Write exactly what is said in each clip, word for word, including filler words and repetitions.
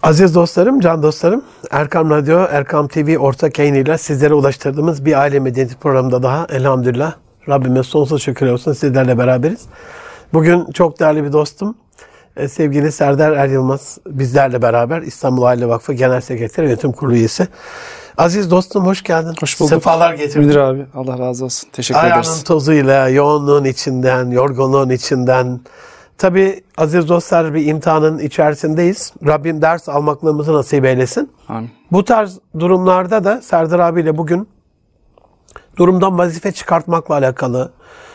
Aziz dostlarım, can dostlarım, Erkam Radyo, Erkam T V ortak yayınıyla sizlere ulaştırdığımız bir aile medeniyeti programında daha elhamdülillah Rabbime sonsuz şükürler olsun sizlerle beraberiz. Bugün çok değerli bir dostum, sevgili Serdar Er Yılmaz bizlerle beraber, İstanbul Aile Vakfı Genel Sekreteri Yönetim Kurulu üyesi. Aziz dostum hoş geldin. Hoş bulduk. Sefalar getirdin. Müdür abi Allah razı olsun. Teşekkür Ayağının ederiz. tozuyla, yoğunluğun içinden, yorgunluğun içinden. Tabii aziz dostlar bir imtihanın içerisindeyiz. Rabbim ders almaklığımızı nasip eylesin. Amin. Bu tarz durumlarda da Serdar abiyle bugün durumdan vazife çıkartmakla alakalı.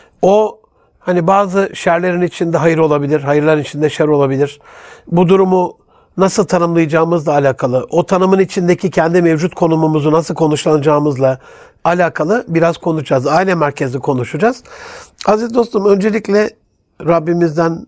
O hani bazı şerlerin içinde hayır olabilir, hayırların içinde şer olabilir. Bu durumu nasıl tanımlayacağımızla alakalı, o tanımın içindeki kendi mevcut konumumuzu nasıl konuşlanacağımızla alakalı biraz konuşacağız. Aile merkezli konuşacağız. Aziz dostum, öncelikle Rabbimizden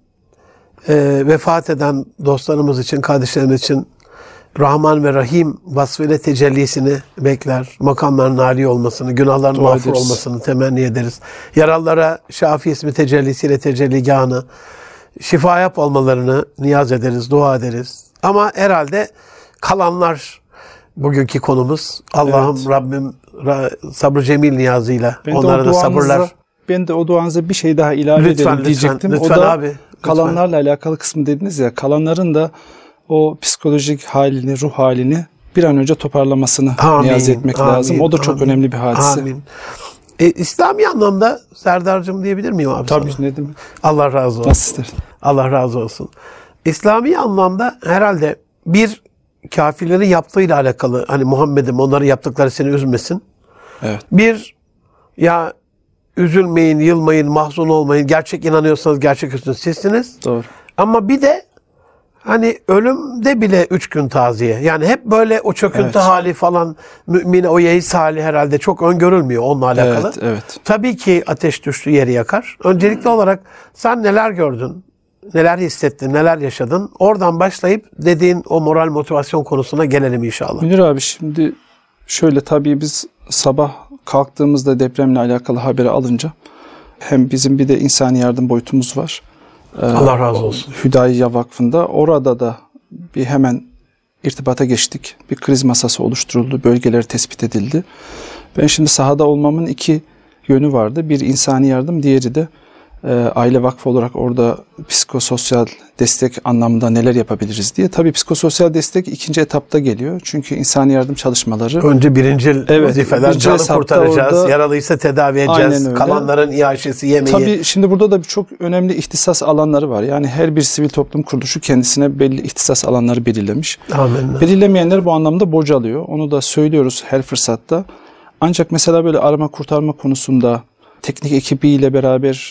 e, vefat eden dostlarımız için, kardeşlerimiz için Rahman ve Rahim vasfıyla tecellisini bekler. Makamların âli olmasını, günahların mağfur olmasını temenni ederiz. Yaralılara Şafi ismi tecellisiyle tecelligâhını, şifa yap olmalarını niyaz ederiz, dua ederiz. Ama herhalde kalanlar bugünkü konumuz. Allah'ım evet. Rabbim sabrı cemil niyazıyla ben onlara da sabırlar. Ben de o duanıza bir şey daha ilave lütfen, edelim diyecektim. Lütfen, lütfen o da abi, lütfen. Kalanlarla alakalı kısmı dediniz ya, kalanların da o psikolojik halini, ruh halini bir an önce toparlamasını amin, niyaz etmek amin, lazım. O da çok amin, önemli bir hadise. Amin. E, İslami anlamda Serdar'cığım diyebilir miyim abi? Tabii, sana? ne demek? Allah razı olsun. Nasıl ister? Allah razı olsun. İslami anlamda herhalde bir kafirlerin yaptığıyla alakalı, hani Muhammed'im onların yaptıkları seni üzmesin. Evet. Bir, ya üzülmeyin, yılmayın, mahzun olmayın. Gerçek inanıyorsanız gerçek üstün sizsiniz. Doğru. Ama bir de hani ölümde bile üç gün taziye. Yani hep böyle o çöküntü evet. hali falan, mümine o yeis hali herhalde çok öngörülmüyor onunla alakalı. Evet, evet. Tabii ki ateş düştü yeri yakar. Öncelikli olarak sen neler gördün, neler hissettin, neler yaşadın? Oradan başlayıp dediğin o moral motivasyon konusuna gelelim inşallah. Münir abi, şimdi şöyle, tabii biz sabah kalktığımızda depremle alakalı haberi alınca hem bizim bir de insani yardım boyutumuz var. Allah razı olsun. Hüdayiye Vakfı'nda. Orada da bir hemen irtibata geçtik. Bir kriz masası oluşturuldu. Bölgeler tespit edildi. Ben şimdi sahada olmamın iki yönü vardı. Bir insani yardım, diğeri de e, aile vakfı olarak orada psikososyal destek anlamında neler yapabiliriz diye. Tabii psikososyal destek ikinci etapta geliyor. Çünkü insani yardım çalışmaları. Önce birincil evet, vazifeler, canı kurtaracağız, orada, yaralıysa tedavi edeceğiz, kalanların iaşesi, yemeği. Tabii şimdi burada da çok önemli ihtisas alanları var. Yani her bir sivil toplum kuruluşu kendisine belli ihtisas alanları belirlemiş. Amin. Belirlemeyenler bu anlamda bocalıyor. Onu da söylüyoruz her fırsatta. Ancak mesela böyle arama kurtarma konusunda teknik ekibiyle beraber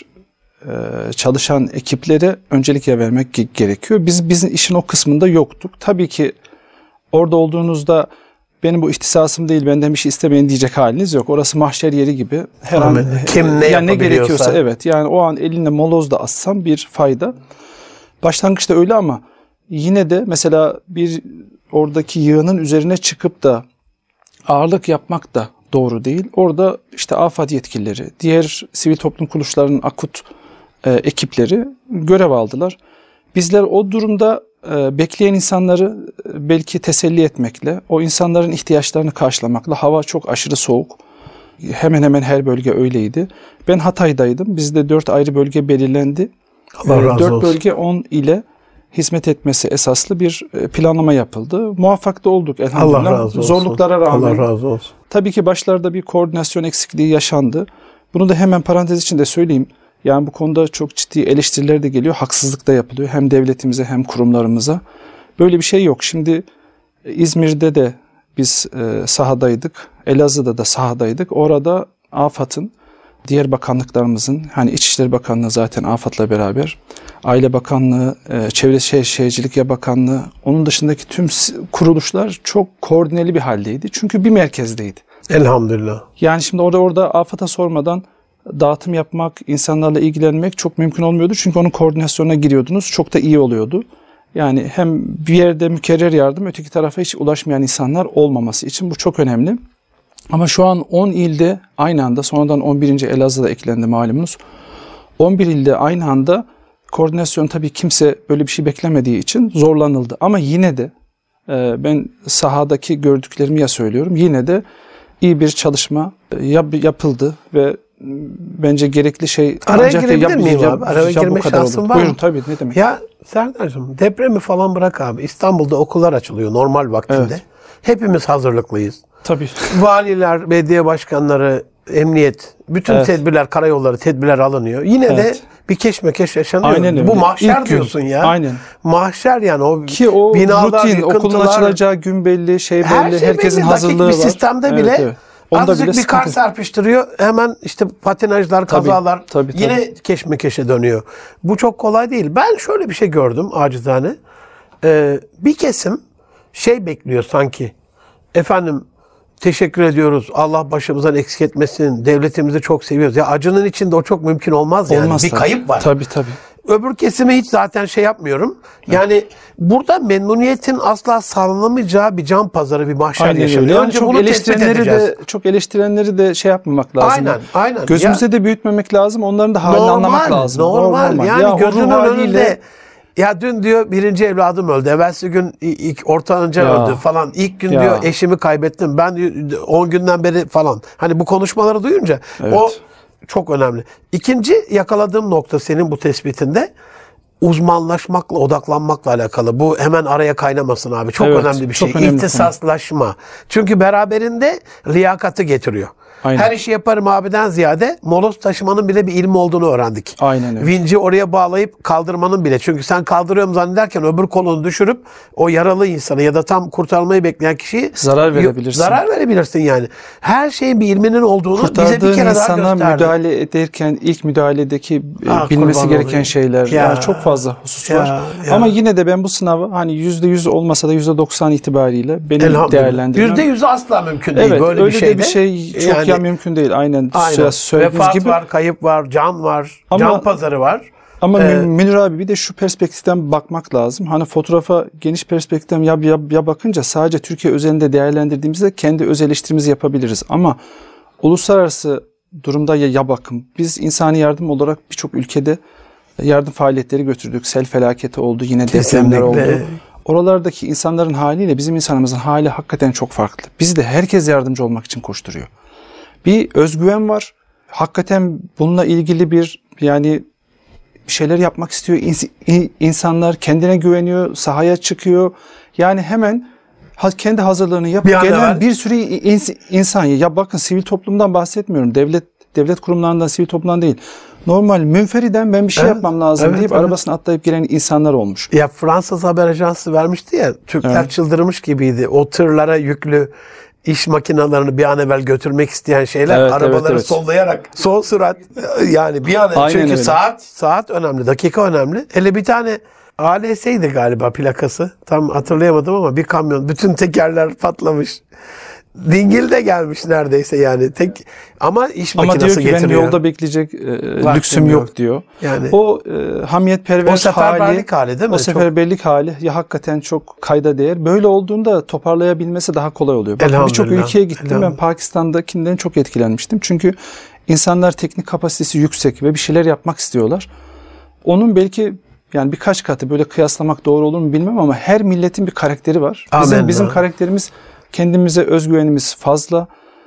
çalışan ekiplere öncelik vermek gerekiyor. Biz bizim işin o kısmında yoktuk. Tabii ki orada olduğunuzda benim bu ihtisasım değil, benden bir şey istemeyin diyecek haliniz yok. Orası mahşer yeri gibi. Her an kim ne yani ne gerekiyorsa, evet. Yani o an eline moloz da assam bir fayda. Başlangıçta öyle ama yine de mesela bir oradaki yığının üzerine çıkıp da ağırlık yapmak da doğru değil. Orada işte AFAD yetkilileri, diğer sivil toplum kuruluşlarının akut e, ekipleri görev aldılar. Bizler o durumda e, bekleyen insanları e, belki teselli etmekle, o insanların ihtiyaçlarını karşılamakla, hava çok aşırı soğuk. Hemen hemen her bölge öyleydi. Ben Hatay'daydım. Bizde dört ayrı bölge belirlendi. Allah razı dört olsun. bölge on ile hizmet etmesi esaslı bir planlama yapıldı. Muvaffak da olduk elhamdülillah. Allah razı olsun. Zorluklara rağmen. Allah razı olsun. Tabii ki başlarda bir koordinasyon eksikliği yaşandı. Bunu da hemen parantez içinde söyleyeyim. Yani bu konuda çok ciddi eleştiriler de geliyor. Haksızlık da yapılıyor. Hem devletimize hem kurumlarımıza. Böyle bir şey yok. Şimdi İzmir'de de biz e, sahadaydık. Elazığ'da da sahadaydık. Orada AFAD'ın, diğer bakanlıklarımızın, hani İçişleri Bakanlığı zaten AFAD'la beraber, Aile Bakanlığı, e, Çevre Şehir Şehircilik Ya Bakanlığı, onun dışındaki tüm kuruluşlar çok koordineli bir haldeydi. Çünkü bir merkezdeydi. Elhamdülillah. Yani şimdi orada orada AFAD'a sormadan dağıtım yapmak, insanlarla ilgilenmek çok mümkün olmuyordu. Çünkü onun koordinasyonuna giriyordunuz. Çok da iyi oluyordu. Yani hem bir yerde mükerrer yardım, öteki tarafa hiç ulaşmayan insanlar olmaması için bu çok önemli. Ama şu an on ilde aynı anda, sonradan on birinci Elazığ'da eklendi malumunuz. on bir ilde aynı anda koordinasyon, tabii kimse böyle bir şey beklemediği için zorlanıldı. Ama yine de e, ben sahadaki gördüklerimi ya söylüyorum. Yine de iyi bir çalışma e, yap, yapıldı ve bence gerekli şey Araya ancak girebilir yap- miyim yap- abi? Araya yap- bu girme kadar şansın olur. var mı? Buyurun tabii, ne demek. Ya Serdar'cığım, depremi falan bırak abi. İstanbul'da okullar açılıyor normal vaktinde. Evet. Hepimiz hazırlıklıyız. Tabii. Valiler, belediye başkanları, emniyet, bütün Evet. tedbirler, karayolları tedbirler alınıyor. Yine de Evet. bir keşmekeş yaşanıyor. Aynen öyle. Bu mahşer İlk gün. diyorsun ya. Aynen. Mahşer yani o Ki o binalar, rutin, okulun yıkıntılar, açılacağı gün belli, şey belli, her şey herkesin belli. Dakik hazırlığı bir var. sistemde Evet, bile evet. Onda azıcık bile bir kar sıkıntı. serpiştiriyor. Hemen işte patinajlar, Tabii, kazalar tabii, tabii. yine keşmekeşe dönüyor. Bu çok kolay değil. Ben şöyle bir şey gördüm acizane. Ee, bir kesim şey bekliyor sanki. Efendim teşekkür ediyoruz. Allah başımızdan eksik etmesin. Devletimizi çok seviyoruz. Ya acının içinde o çok mümkün olmaz yani. Olmaz bir tabii. kayıp var. Tabii tabii. Öbür kesime hiç zaten şey yapmıyorum. Yani burada memnuniyetin asla sağlanamayacağı bir can pazarı, bir mahşer Aynen öyle. yaşanıyor. Yani Önce çok bunu tespit eleştirenleri edeceğiz. de çok eleştirenleri de şey yapmamak lazım. Aynen, aynen. Gözümüze Ya- de büyütmemek lazım. Onların da halini Normal, anlamak lazım. normal. Yani Ya o gözünün ruh haliyle- önünde ya dün diyor birinci evladım öldü. Evvelsi gün ilk ortanca Ya. öldü falan. İlk gün Ya. diyor eşimi kaybettim. Ben on günden beri falan. Hani bu konuşmaları duyunca Evet. o çok önemli. İkinci yakaladığım nokta senin bu tespitinde uzmanlaşmakla, odaklanmakla alakalı. Bu hemen araya kaynamasın abi. Çok Evet, önemli bir şey. çok önemli konu. İhtisaslaşma. Çünkü beraberinde liyakatı getiriyor. Aynen. Her işi yaparım abiden ziyade moloz taşımanın bile bir ilmi olduğunu öğrendik. Aynen öyle. Vinci oraya bağlayıp kaldırmanın bile. Çünkü sen kaldırıyorum zannederken öbür kolunu düşürüp o yaralı insanı ya da tam kurtarmayı bekleyen kişiyi Zarar verebilirsin. Zarar verebilirsin yani. Her şeyin bir ilminin olduğunu bize bir Kurtardığın kere daha insana gösterdi. müdahale ederken ilk müdahaledeki e, Ah, bilmesi kurban gereken olayım. şeyler Ya. yani çok fazla husus Ya, var. ya. Ama yine de ben bu sınavı hani yüzde yüz olmasa da yüzde doksan itibariyle benim Elhamdülillah. değerlendirmem. Yüzde yüzü asla mümkün değil. Evet, Böyle öyle bir de şeyde. bir şey çok Yani- ya mümkün değil. Aynen, Aynen. söylediğiniz Vefat gibi. var, kayıp var, can var, Ama- can pazarı var. Ama Ee, Mün- Münir abi bir de şu perspektiften bakmak lazım. Hani fotoğrafa geniş perspektiften ya, ya, ya bakınca sadece Türkiye özelinde değerlendirdiğimizde kendi öz eleştirimizi yapabiliriz. Ama uluslararası durumda ya, ya bakın biz insani yardım olarak birçok ülkede yardım faaliyetleri götürdük. Sel felaketi oldu, yine depremler oldu. Kesinlikle. Oralardaki insanların haliyle bizim insanımızın hali hakikaten çok farklı. Biz de herkes yardımcı olmak için koşturuyor. Bir özgüven var. Hakikaten bununla ilgili bir yani bir şeyler yapmak istiyor. İns- in- insanlar kendine güveniyor, sahaya çıkıyor. Yani hemen ha- kendi hazırlığını yapıp Bir an gelen evvel- bir sürü ins- insan. Ya bakın sivil toplumdan bahsetmiyorum. Devlet devlet kurumlarından, sivil toplumdan değil. Normal münferiden ben bir şey Evet, yapmam lazım evet, deyip evet. arabasına atlayıp gelen insanlar olmuş. Ya Fransız haber ajansı vermişti ya, Türkler Evet. çıldırmış gibiydi. O tırlara yüklü iş makinalarını bir an evvel götürmek isteyen şeyler Evet, arabaları evet, evet. sollayarak son sürat yani bir an evvel Aynen çünkü öyle. saat saat önemli, dakika önemli. Hele bir tane A L S'ydi galiba plakası. Tam hatırlayamadım ama bir kamyon bütün tekerler patlamış. Dingil de gelmiş neredeyse yani. Tek ama iş Ama makinesi diyor ki ben getiriyor. yolda bekleyecek e, Vaktim lüksüm yok. yok diyor. Yani- O e, hamiyetperver O seferberlik hali, hali değil mi? O Çok- seferberlik hali ya hakikaten çok kayda değer. Böyle olduğunda toparlayabilmesi daha kolay oluyor. Bakın birçok Elhamdülillah, ülkeye gittim, ben elhamdülillah. Pakistan'dakinden çok etkilenmiştim. Çünkü insanlar teknik kapasitesi yüksek ve bir şeyler yapmak istiyorlar. Onun belki yani birkaç katı, böyle kıyaslamak doğru olur mu bilmem ama her milletin bir karakteri var. Bizim Amenna. bizim karakterimiz, kendimize özgüvenimiz fazla.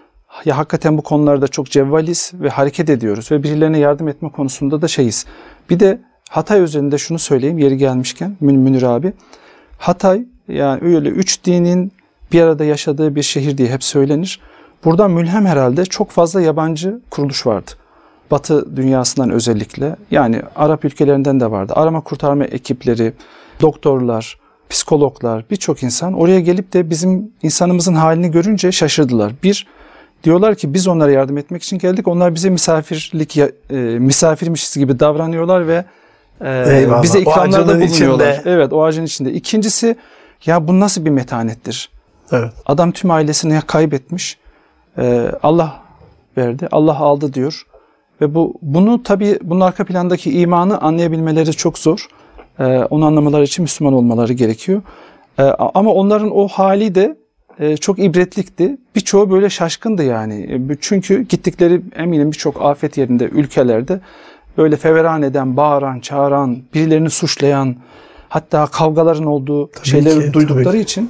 Ya hakikaten bu konularda çok cevvaliz ve hareket ediyoruz ve birilerine yardım etme konusunda da şeyiz. Bir de Hatay özelinde şunu söyleyeyim yeri gelmişken Mün- Münir abi. Hatay yani öyle üç dinin bir arada yaşadığı bir şehir diye hep söylenir. Buradan mülhem herhalde çok fazla yabancı kuruluş vardı. Batı dünyasından özellikle, yani Arap ülkelerinden de vardı. Arama kurtarma ekipleri, doktorlar, psikologlar, birçok insan oraya gelip de bizim insanımızın halini görünce şaşırdılar. Bir, diyorlar ki biz onlara yardım etmek için geldik. Onlar bize misafirlik e, misafirmişiz gibi davranıyorlar ve e, Eyvallah. bize O ikramlarda ağacının bulunuyorlar. içinde. Evet, o ağacın içinde. İkincisi, ya bu nasıl bir metanettir? Evet. Adam tüm ailesini kaybetmiş. Ee, Allah verdi, Allah aldı diyor. Ve bu bunu tabii bunun arka plandaki imanı anlayabilmeleri çok zor. Ee, onu anlamaları için Müslüman olmaları gerekiyor. Ee, ama onların o hali de e, çok ibretlikti. Birçoğu böyle şaşkındı yani. E, Çünkü gittikleri eminim birçok afet yerinde, ülkelerde böyle feveran eden, bağıran, çağıran, birilerini suçlayan, hatta kavgaların olduğu Tabii şeyleri ki, duydukları tabii ki. için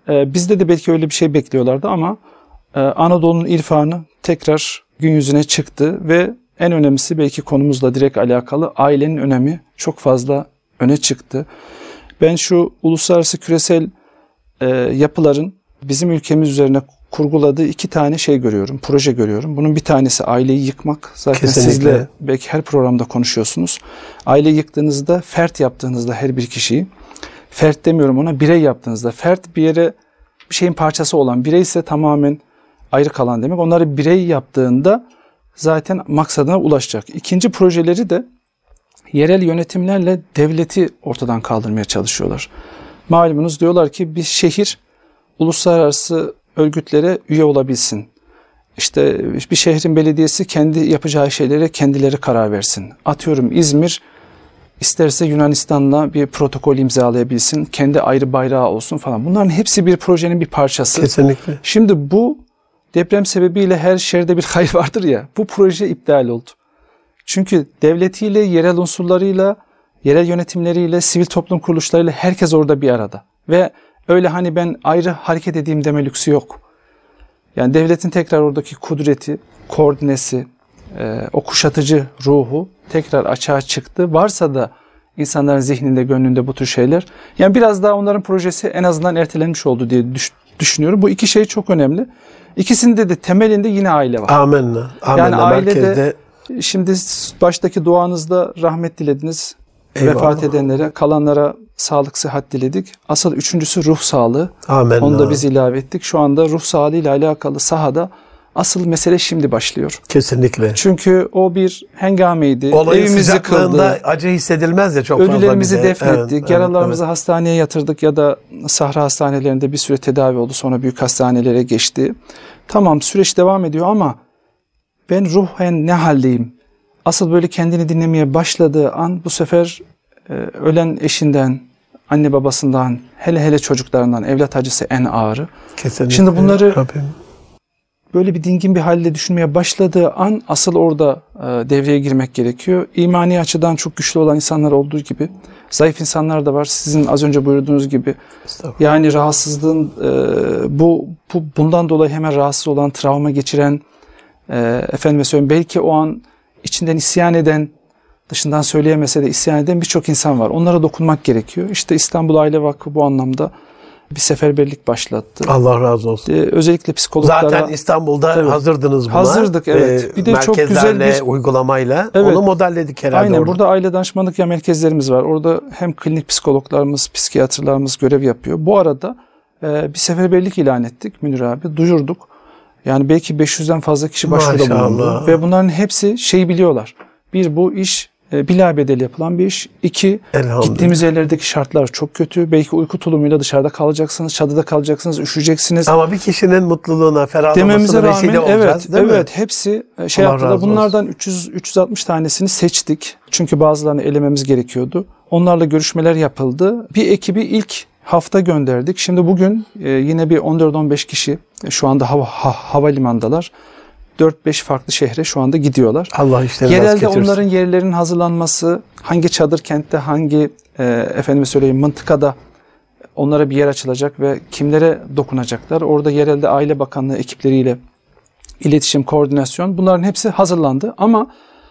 E, bizde de belki öyle bir şey bekliyorlardı ama e, Anadolu'nun irfanı tekrar gün yüzüne çıktı ve en önemlisi belki konumuzla direkt alakalı ailenin önemi çok fazla öne çıktı. Ben şu uluslararası küresel e, yapıların bizim ülkemiz üzerine kurguladığı iki tane şey görüyorum, proje görüyorum. Bunun bir tanesi aileyi yıkmak. Zaten Kesinlikle. sizle belki her programda konuşuyorsunuz. Aileyi yıktığınızda, fert yaptığınızda her bir kişiyi, fert demiyorum ona, birey yaptığınızda, fert bir yere bir şeyin parçası olan, birey ise tamamen ayrı kalan demek. Onları birey yaptığında zaten maksadına ulaşacak. İkinci projeleri de yerel yönetimlerle devleti ortadan kaldırmaya çalışıyorlar. Malumunuz diyorlar ki bir şehir uluslararası örgütlere üye olabilsin. İşte bir şehrin belediyesi kendi yapacağı şeylere kendileri karar versin. Atıyorum İzmir isterse Yunanistan'la bir protokol imzalayabilsin. Kendi ayrı bayrağı olsun falan. Bunların hepsi bir projenin bir parçası. Kesinlikle. Şimdi bu deprem sebebiyle her şerde bir hayır vardır ya. Bu proje iptal oldu. Çünkü devletiyle, yerel unsurlarıyla, yerel yönetimleriyle, sivil toplum kuruluşlarıyla herkes orada bir arada. Ve öyle hani ben ayrı hareket edeyim deme lüksü yok. Yani devletin tekrar oradaki kudreti, koordinesi, e, o kuşatıcı ruhu tekrar açığa çıktı. Varsa da insanların zihninde, gönlünde bu tür şeyler. Yani biraz daha onların projesi en azından ertelenmiş oldu diye düş, düşünüyorum. Bu iki şey çok önemli. İkisinde de temelinde yine aile var. Amenna. Amenna. Yani ailede, merkezde. şimdi baştaki duanızda rahmet dilediniz. Eyvallah. Vefat edenlere, kalanlara sağlık, sıhhat diledik. Asıl üçüncüsü ruh sağlığı. Amenna. Onu da biz ilave ettik. Şu anda ruh sağlığı ile alakalı sahada asıl mesele şimdi başlıyor. Kesinlikle. Çünkü o bir hengameydi. Olayın Evimiz sıcaklığında yıkıldı. acı hissedilmez ya çok fazla. Ölülerimizi bize. defnettik. Evet, Yaralarımızı evet, hastaneye yatırdık ya da sahra hastanelerinde bir süre tedavi oldu. Sonra büyük hastanelere geçti. Tamam, süreç devam ediyor ama ben ruhen ne haldeyim? Asıl böyle kendini dinlemeye başladığı an bu sefer e, ölen eşinden, anne babasından, hele hele çocuklarından, evlat acısı en ağırı. Kesinlikle. Şimdi bunları Rabbim. böyle bir dingin bir halde düşünmeye başladığı an asıl orada e, devreye girmek gerekiyor. İmani açıdan çok güçlü olan insanlar olduğu gibi zayıf insanlar da var. Sizin az önce buyurduğunuz gibi. Yani rahatsızlığın e, bu, bu bundan dolayı hemen rahatsız olan, travma geçiren, e, efendime söyleyeyim belki o an içinden isyan eden, dışından söyleyemese de isyan eden birçok insan var. Onlara dokunmak gerekiyor. İşte İstanbul Aile Vakfı bu anlamda bir seferberlik başlattı. Allah razı olsun. Ee, özellikle psikologlara. Zaten İstanbul'da evet. hazırdınız buna. Hazırdık evet. Ee, Bir de çok güzel bir uygulamayla evet. onu modelledik herhalde. Aynen orada. Burada aile danışmanlık ya merkezlerimiz var. Orada hem klinik psikologlarımız, psikiyatrlarımız görev yapıyor. Bu arada e, bir seferberlik ilan ettik Münir abi. Duyurduk. Yani belki beş yüzden fazla kişi başvuruda bulundu. Ve bunların hepsi şeyi biliyorlar. Bir, bu iş e, bilabedel yapılan bir iş. İki, gittiğimiz yerlerdeki şartlar çok kötü. Belki uyku tulumuyla dışarıda kalacaksınız, çadırda kalacaksınız, üşüyeceksiniz. Ama bir kişinin mutluluğuna, ferahlamasına vesile olacağız, evet, değil mi? Evet, hepsi şey yaptılar. Bunlardan üç yüz üç yüz altmış tanesini seçtik. Çünkü bazılarını elememiz gerekiyordu. Onlarla görüşmeler yapıldı. Bir ekibi ilk hafta gönderdik. Şimdi bugün e, yine bir on dört on beş kişi e, şu anda hava, ha, havalimandalar. dört beş farklı şehre şu anda gidiyorlar. Allah işlerini Genelde rast getirsin. onların yerlerinin hazırlanması, hangi çadır kentte, hangi e, efendime söyleyeyim mıntıkada onlara bir yer açılacak ve kimlere dokunacaklar. Orada yerelde Aile Bakanlığı ekipleriyle iletişim, koordinasyon bunların hepsi hazırlandı. Ama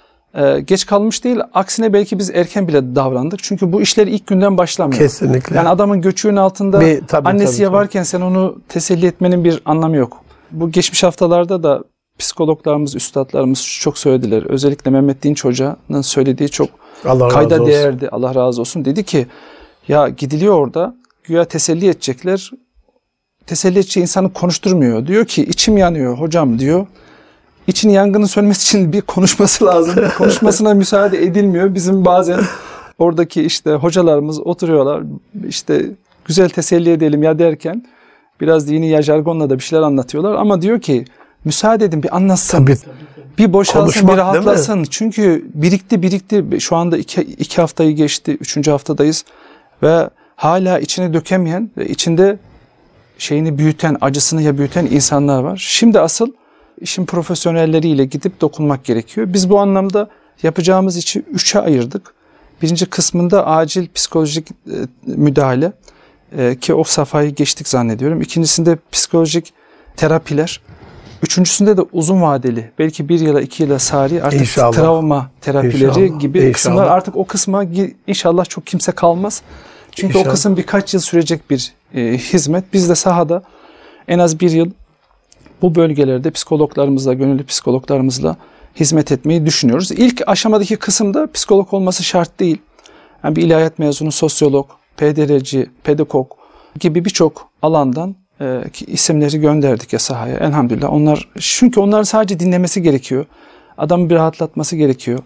e, geç kalmış değil. Aksine belki biz erken bile davrandık. Çünkü bu işler ilk günden başlamıyor. Kesinlikle. Yani adamın göçüğün altında bir, tabii, annesi tabii, varken tabii. sen onu teselli etmenin bir anlamı yok. Bu geçmiş haftalarda da psikologlarımız, üstadlarımız çok söylediler. Özellikle Mehmet Dinç Hoca'nın söylediği çok Allah kayda değerdi. Allah razı olsun. Dedi ki ya gidiliyor orada güya teselli edecekler. Teselli edeceği insanı konuşturmuyor. Diyor ki içim yanıyor hocam diyor. İçin yangının sönmesi için bir konuşması lazım. Konuşmasına müsaade edilmiyor. Bizim bazen oradaki işte hocalarımız oturuyorlar. İşte güzel teselli edelim ya derken biraz dini ya jargonla da bir şeyler anlatıyorlar. Ama diyor ki müsaade edin bir anlatsın. Tabii. Bir boşalsın, konuşmak, bir rahatlasın. Çünkü birikti birikti. Şu anda iki, iki haftayı geçti. Üçüncü haftadayız. Ve hala içine dökemeyen ve içinde şeyini büyüten, acısını ya büyüten insanlar var. Şimdi asıl işin profesyonelleriyle gidip dokunmak gerekiyor. Biz bu anlamda yapacağımız işi üçe ayırdık. Birinci kısmında acil psikolojik müdahale. Ee, ki o safhayı geçtik zannediyorum. İkincisinde psikolojik terapiler. Üçüncüsünde de uzun vadeli, belki bir yıla iki yıla sari artık İnşallah. travma terapileri İnşallah. gibi İnşallah. kısımlar. Artık o kısma gi- inşallah çok kimse kalmaz. Çünkü İnşallah. o kısım birkaç yıl sürecek bir e, hizmet. Biz de sahada en az bir yıl bu bölgelerde psikologlarımızla, gönüllü psikologlarımızla hizmet etmeyi düşünüyoruz. İlk aşamadaki kısımda psikolog olması şart değil. Yani bir ilahiyat mezunu, sosyolog, P D R'ci, pedagog gibi birçok alandan e, isimleri gönderdik ya sahaya. Elhamdülillah. Onlar, çünkü onların sadece dinlemesi gerekiyor. Adamı bir rahatlatması gerekiyor.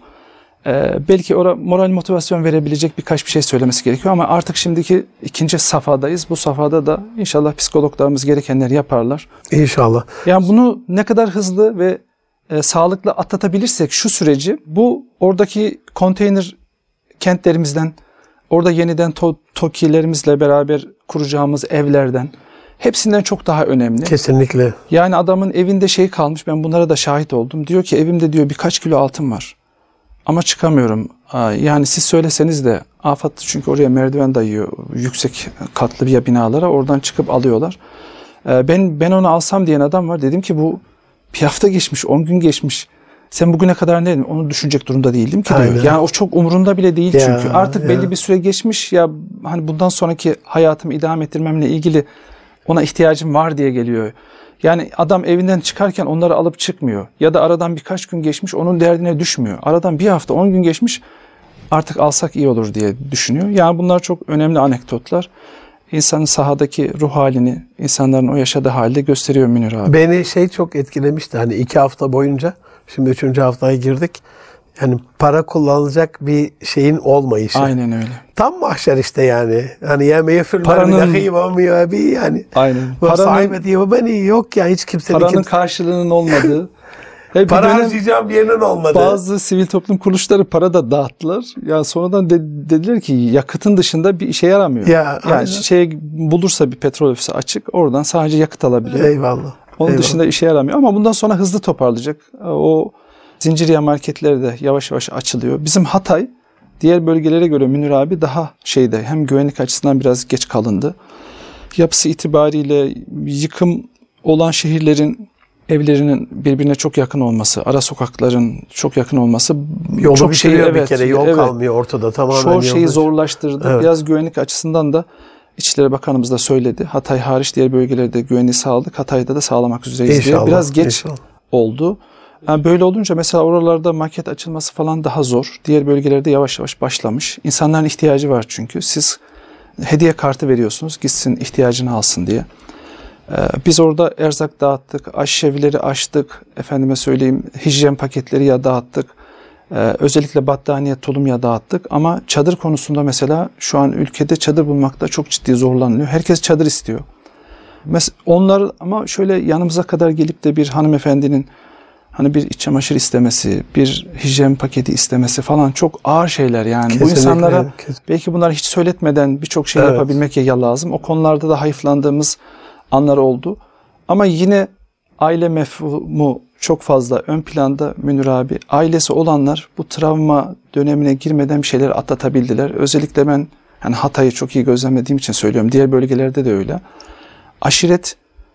E, belki ora moral motivasyon verebilecek birkaç bir şey söylemesi gerekiyor ama artık şimdiki ikinci safhadayız. Bu safhada da inşallah psikologlarımız gerekenleri yaparlar. İnşallah. Yani bunu ne kadar hızlı ve e, sağlıklı atlatabilirsek şu süreci, bu oradaki konteyner kentlerimizden, orada yeniden to- TOKİ'lerimizle beraber kuracağımız evlerden, hepsinden çok daha önemli. Kesinlikle. Yani adamın evinde şey kalmış, ben bunlara da şahit oldum. Diyor ki evimde diyor birkaç kilo altın var ama çıkamıyorum. Aa, yani siz söyleseniz de afat, çünkü oraya merdiven dayıyor yüksek katlı bir binalara, oradan çıkıp alıyorlar. Ee, ben ben onu alsam diyen adam var. Dedim ki bu bir hafta geçmiş, on gün geçmiş. Sen bugüne kadar ne dedin? Onu düşünecek durumda değildim ki diyor. Aynen. Yani o çok umurunda bile değil Ya, çünkü. Artık ya. belli bir süre geçmiş ya, hani bundan sonraki hayatımı idame ettirmemle ilgili ona ihtiyacım var diye geliyor. Yani adam evinden çıkarken onları alıp çıkmıyor. Ya da aradan birkaç gün geçmiş, onun derdine düşmüyor. Aradan bir hafta, on gün geçmiş, artık alsak iyi olur diye düşünüyor. Yani bunlar çok önemli anekdotlar. İnsanın sahadaki ruh halini, insanların o yaşadığı halde gösteriyor Münir abi. Beni şey çok etkilemişti. Hani iki hafta boyunca, şimdi üçüncü haftaya girdik. Yani para kullanılacak bir şeyin olmayışı. Aynen öyle. Tam mahşer işte yani. Hani yemeğe fırlar Paranın- bir bir yani. Aynen. Paranın, Paranın, sahibi diyor beni yok ya, hiç kimsenin paranın kimse, karşılığının olmadığı. Ve bir para dönem harcayacağım birinin olmadı. bazı sivil toplum kuruluşları para da dağıttılar. Ya sonradan de- dediler ki yakıtın dışında bir işe yaramıyor. Ya, aynen. yani şey bulursa bir petrol ofisi açık, oradan sadece yakıt alabiliyor. Eyvallah. Onun Eyvallah. dışında işe yaramıyor ama bundan sonra hızlı toparlayacak. O zinciriye marketleri de yavaş yavaş açılıyor. Bizim Hatay diğer bölgelere göre Münir abi daha şeyde, hem güvenlik açısından biraz geç kalındı. Yapısı itibariyle yıkım olan şehirlerin evlerinin birbirine çok yakın olması, ara sokakların çok yakın olması Yolu çok bitiriyor şeyi, bir evet, kere. Yol evet, kalmıyor ortada. Tamamen çoğu şeyi yolda. zorlaştırdı. Evet. Biraz güvenlik açısından da İçişleri Bakanımız da söyledi. Hatay hariç diğer bölgelerde güvenliği sağladık. Hatay'da da sağlamak üzereyiz diye. İnşallah, Biraz geç inşallah. oldu. Yani böyle olunca mesela oralarda market açılması falan daha zor. Diğer bölgelerde yavaş yavaş başlamış. İnsanların ihtiyacı var çünkü. Siz hediye kartı veriyorsunuz, gitsin ihtiyacını alsın diye. Ee, biz orada erzak dağıttık, aşevileri açtık, efendime söyleyeyim hijyen paketleri ya dağıttık. Ee, özellikle battaniye, tulum ya dağıttık. Ama çadır konusunda mesela şu an ülkede çadır bulmakta çok ciddi zorlanılıyor. Herkes çadır istiyor. Mes- onlar ama şöyle yanımıza kadar gelip de bir hanımefendinin hani bir iç çamaşır istemesi, bir hijyen paketi istemesi falan çok ağır şeyler yani. Kesinlikle, Bu insanlara kesinlikle. belki bunları hiç söyletmeden birçok şey Evet. yapabilmek ya lazım. O konularda da hayıflandığımız anlar oldu. Ama yine aile mefhumu çok fazla ön planda Münir abi. Ailesi olanlar bu travma dönemine girmeden bir şeyler atlatabildiler. Özellikle ben hani Hatay'ı çok iyi gözlemlediğim için söylüyorum. Diğer bölgelerde de öyle. Aşiret,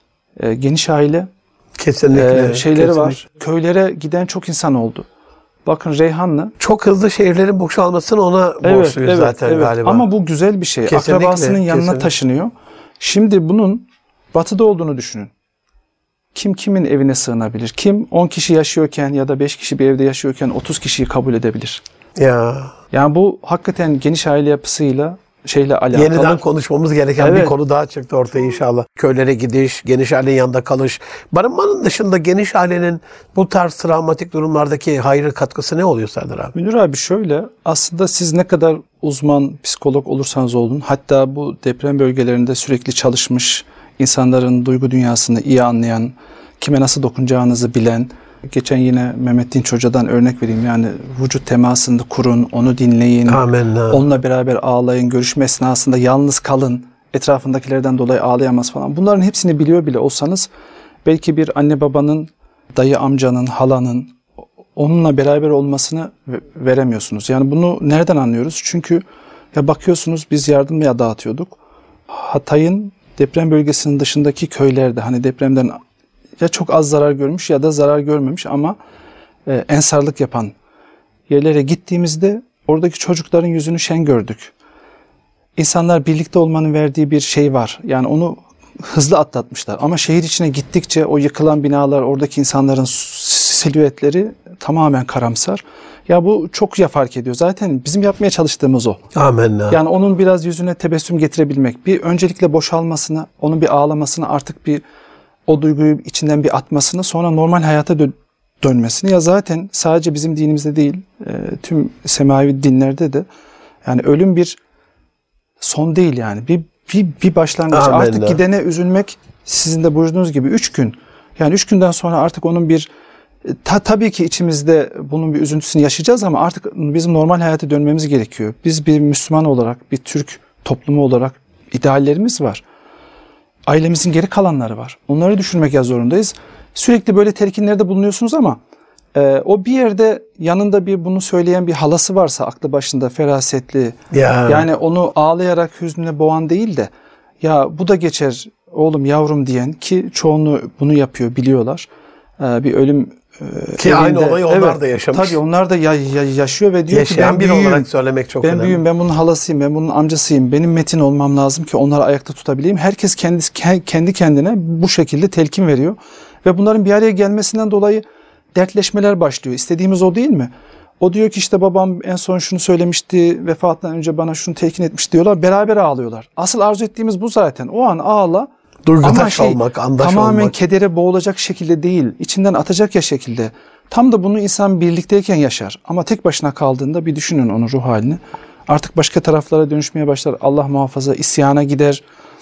e, geniş aile Kesinlikle. e, şeyleri kesinlikle. var. Köylere giden çok insan oldu. Bakın Reyhanlı. Çok hızlı şehirlerin boşalmasını ona borçluyuz zaten galiba. Ama bu güzel bir şey. Kesinlikle, Akrabasının yanına kesinlikle. taşınıyor. Şimdi bunun batıda olduğunu düşünün. Kim kimin evine sığınabilir? Kim on kişi yaşıyorken ya da beş kişi bir evde yaşıyorken otuz kişiyi kabul edebilir? Ya Yani bu hakikaten geniş aile yapısıyla şeyle alakalı. yeniden konuşmamız gereken Evet. bir konu daha çıktı ortaya inşallah. Köylere gidiş, geniş ailenin yanında kalış. Barınmanın dışında geniş ailenin bu tarz travmatik durumlardaki hayrı katkısı ne oluyor Serdar abi? Münir abi şöyle, aslında siz ne kadar uzman psikolog olursanız olun, hatta bu deprem bölgelerinde sürekli çalışmış, insanların duygu dünyasını iyi anlayan, kime nasıl dokunacağınızı bilen, geçen yine Mehmet Dinç Hoca'dan örnek vereyim, yani vücut temasını kurun, onu dinleyin, Amenna. onunla beraber ağlayın, görüşme esnasında yalnız kalın, etrafındakilerden dolayı ağlayamaz falan. Bunların hepsini biliyor bile olsanız, belki bir anne babanın, dayı amcanın, halanın, onunla beraber olmasını veremiyorsunuz. Yani bunu nereden anlıyoruz? Çünkü ya bakıyorsunuz biz yardım ya dağıtıyorduk. Hatay'ın deprem bölgesinin dışındaki köylerde, hani depremden ya çok az zarar görmüş ya da zarar görmemiş ama e, ensarlık yapan yerlere gittiğimizde oradaki çocukların yüzünü şen gördük. İnsanlar birlikte olmanın verdiği bir şey var. Yani onu hızlı atlatmışlar. Ama şehir içine gittikçe o yıkılan binalar, oradaki insanların silüetleri tamamen karamsar. Ya bu çok ya fark ediyor. Zaten bizim yapmaya çalıştığımız o. Amenna. Yani onun biraz yüzüne tebessüm getirebilmek. Bir öncelikle boşalmasını, onun bir ağlamasını, artık bir o duyguyu içinden bir atmasını, sonra normal hayata dö- dönmesini. Ya zaten sadece bizim dinimizde değil, e, tüm semavi dinlerde de yani ölüm bir son değil yani. Bir bir, bir başlangıç. Amenna. Artık gidene üzülmek, sizin de buyurduğunuz gibi üç gün. Yani üç günden sonra artık onun bir ta, tabii ki içimizde bunun bir üzüntüsünü yaşayacağız ama artık bizim normal hayata dönmemiz gerekiyor. Biz bir Müslüman olarak, bir Türk toplumu olarak ideallerimiz var. Ailemizin geri kalanları var. Onları düşünmek ya zorundayız. Sürekli böyle telkinlerde bulunuyorsunuz ama e, o bir yerde yanında bir bunu söyleyen bir halası varsa, aklı başında, ferasetli, Ya. yani onu ağlayarak hüznüne boğan değil de ya bu da geçer oğlum yavrum diyen, ki çoğunu bunu yapıyor, biliyorlar. E, bir ölüm e, Ki evinde, aynı olayı onlar evet, da yaşamış. Tabii onlar da ya, ya, yaşıyor ve diyor Yaşayan ki ben biri büyüğüm. olarak söylemek çok Ben önemli. büyüğüm, ben bunun halasıyım, ben bunun amcasıyım. Benim metin olmam lazım ki onları ayakta tutabileyim. Herkes kendisi, kendi kendine bu şekilde telkin veriyor. Ve bunların bir araya gelmesinden dolayı dertleşmeler başlıyor. İstediğimiz o değil mi? O diyor ki işte babam en son şunu söylemişti, vefatından önce bana şunu telkin etmiş diyorlar. Beraber ağlıyorlar. Asıl arzu ettiğimiz bu zaten. O an ağla. Duygutaş ama şey, olmak, andaş tamamen olmak. kedere boğulacak şekilde değil, içinden atacak ya şekilde. Tam da bunu insan birlikteyken yaşar. Ama tek başına kaldığında bir düşünün onun ruh halini. Artık başka taraflara dönüşmeye başlar. Allah muhafaza, isyana gider.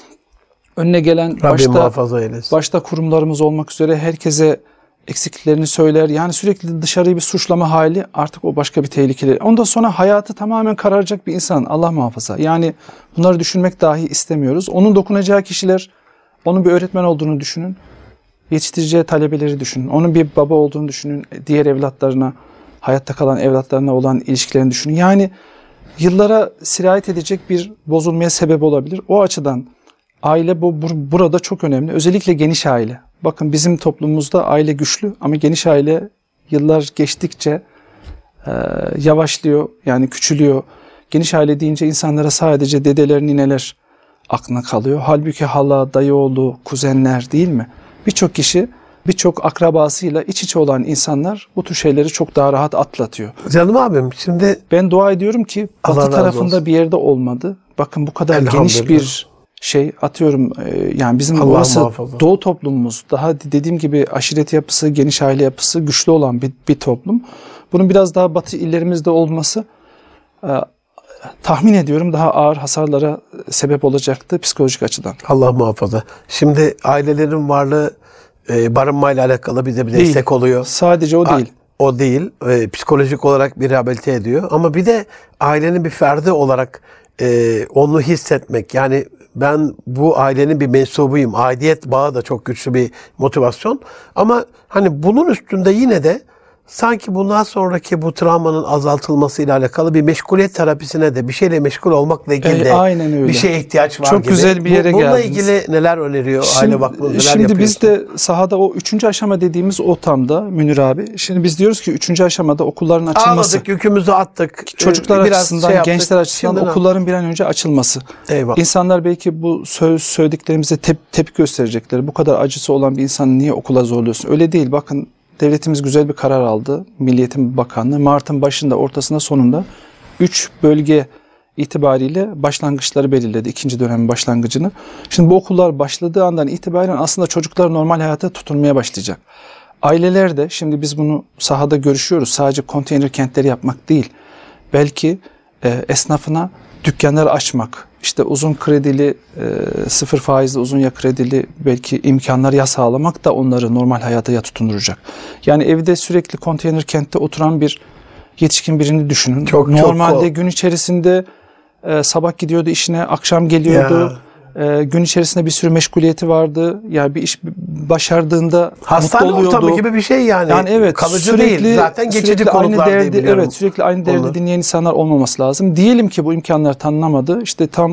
Önüne gelen Rabbim başta, muhafaza eylesin. başta kurumlarımız olmak üzere herkese eksikliklerini söyler. Yani sürekli dışarıyı bir suçlama hali, artık o başka bir tehlikeli. Ondan sonra hayatı tamamen kararacak bir insan, Allah muhafaza. Yani bunları düşünmek dahi istemiyoruz. Onun dokunacağı kişiler, onun bir öğretmen olduğunu düşünün. Yetiştireceği talebeleri düşünün. Onun bir baba olduğunu düşünün. Diğer evlatlarına, hayatta kalan evlatlarına olan ilişkilerini düşünün. Yani yıllara sirayet edecek bir bozulmaya sebep olabilir. O açıdan aile bu, bu burada çok önemli. Özellikle geniş aile. Bakın bizim toplumumuzda aile güçlü ama geniş aile yıllar geçtikçe e, yavaşlıyor, yani küçülüyor. Geniş aile deyince insanlara sadece dedeler, nineler aklına kalıyor. Halbuki hala, dayıoğlu, kuzenler değil mi? Birçok kişi, birçok akrabasıyla iç içe olan insanlar bu tür şeyleri çok daha rahat atlatıyor. Canım abim şimdi Ben dua ediyorum ki Allah batı razı tarafında olsun. bir yerde olmadı. Bakın bu kadar geniş Elhamdülillah. bir şey, atıyorum e, yani bizim Allah orası muhafaza. doğu toplumumuz, daha dediğim gibi aşiret yapısı, geniş aile yapısı güçlü olan bir, bir toplum. Bunun biraz daha batı illerimizde olması e, tahmin ediyorum daha ağır hasarlara sebep olacaktı psikolojik açıdan. Allah muhafaza. Şimdi ailelerin varlığı e, barınmayla alakalı bize bir Değil. destek oluyor. Sadece o değil. A- O değil. E, psikolojik olarak bir rehabilite ediyor. Ama bir de ailenin bir ferdi olarak e, onu hissetmek. Yani ben bu ailenin bir mensubuyum. Aidiyet bağı da çok güçlü bir motivasyon. Ama hani bunun üstünde yine de sanki bundan sonraki bu travmanın azaltılmasıyla alakalı bir meşguliyet terapisine de bir şeyle meşgul olmakla ilgili E, de aynen öyle. bir şeye ihtiyaç var Çok gibi. güzel bir yere Bu, bununla geldiniz. ilgili neler öneriyor aile vakfı, neler Şimdi yapıyorsun? biz de sahada o üçüncü aşama dediğimiz o tamda Münir abi. Şimdi biz diyoruz ki üçüncü aşamada okulların açılması. Ağladık, yükümüzü attık. Çocuklar Ee, biraz açısından, şey yaptık. gençler açısından Şimdi ne okulların bir an önce açılması. Eyvallah. İnsanlar belki bu söz söylediklerimize tep tepki gösterecekler. Bu kadar acısı olan bir insanı niye okula zorluyorsun? Öyle değil. Bakın devletimiz güzel bir karar aldı. Milli Eğitim Bakanlığı Mart'ın başında, ortasında, sonunda üç bölge itibariyle başlangıçları belirledi. İkinci dönemin başlangıcını. Şimdi bu okullar başladığı andan itibaren aslında çocuklar normal hayata tutunmaya başlayacak. Aileler de, şimdi biz bunu sahada görüşüyoruz. Sadece konteyner kentleri yapmak değil. Belki e, esnafına dükkanlar açmak, işte uzun kredili, e, sıfır faizli uzun ya kredili belki imkanlar ya sağlamak da onları normal hayata ya tutunduracak. Yani evde sürekli konteyner kentte oturan bir yetişkin birini düşünün. Çok, çok Normalde kol. gün içerisinde e, sabah gidiyordu işine, akşam geliyordu. E, gün içerisinde bir sürü meşguliyeti vardı. Yani bir iş başardığında Hastane mutlu oluyordu. ortamı gibi bir şey yani. Yani evet, Kalıcı sürekli, değil. Zaten geçici sürekli aynı konuklar diye derdi, biliyorum. evet, sürekli aynı derdi Onu. dinleyen insanlar olmaması lazım. Diyelim ki bu imkanlar tanınamadı. İşte tam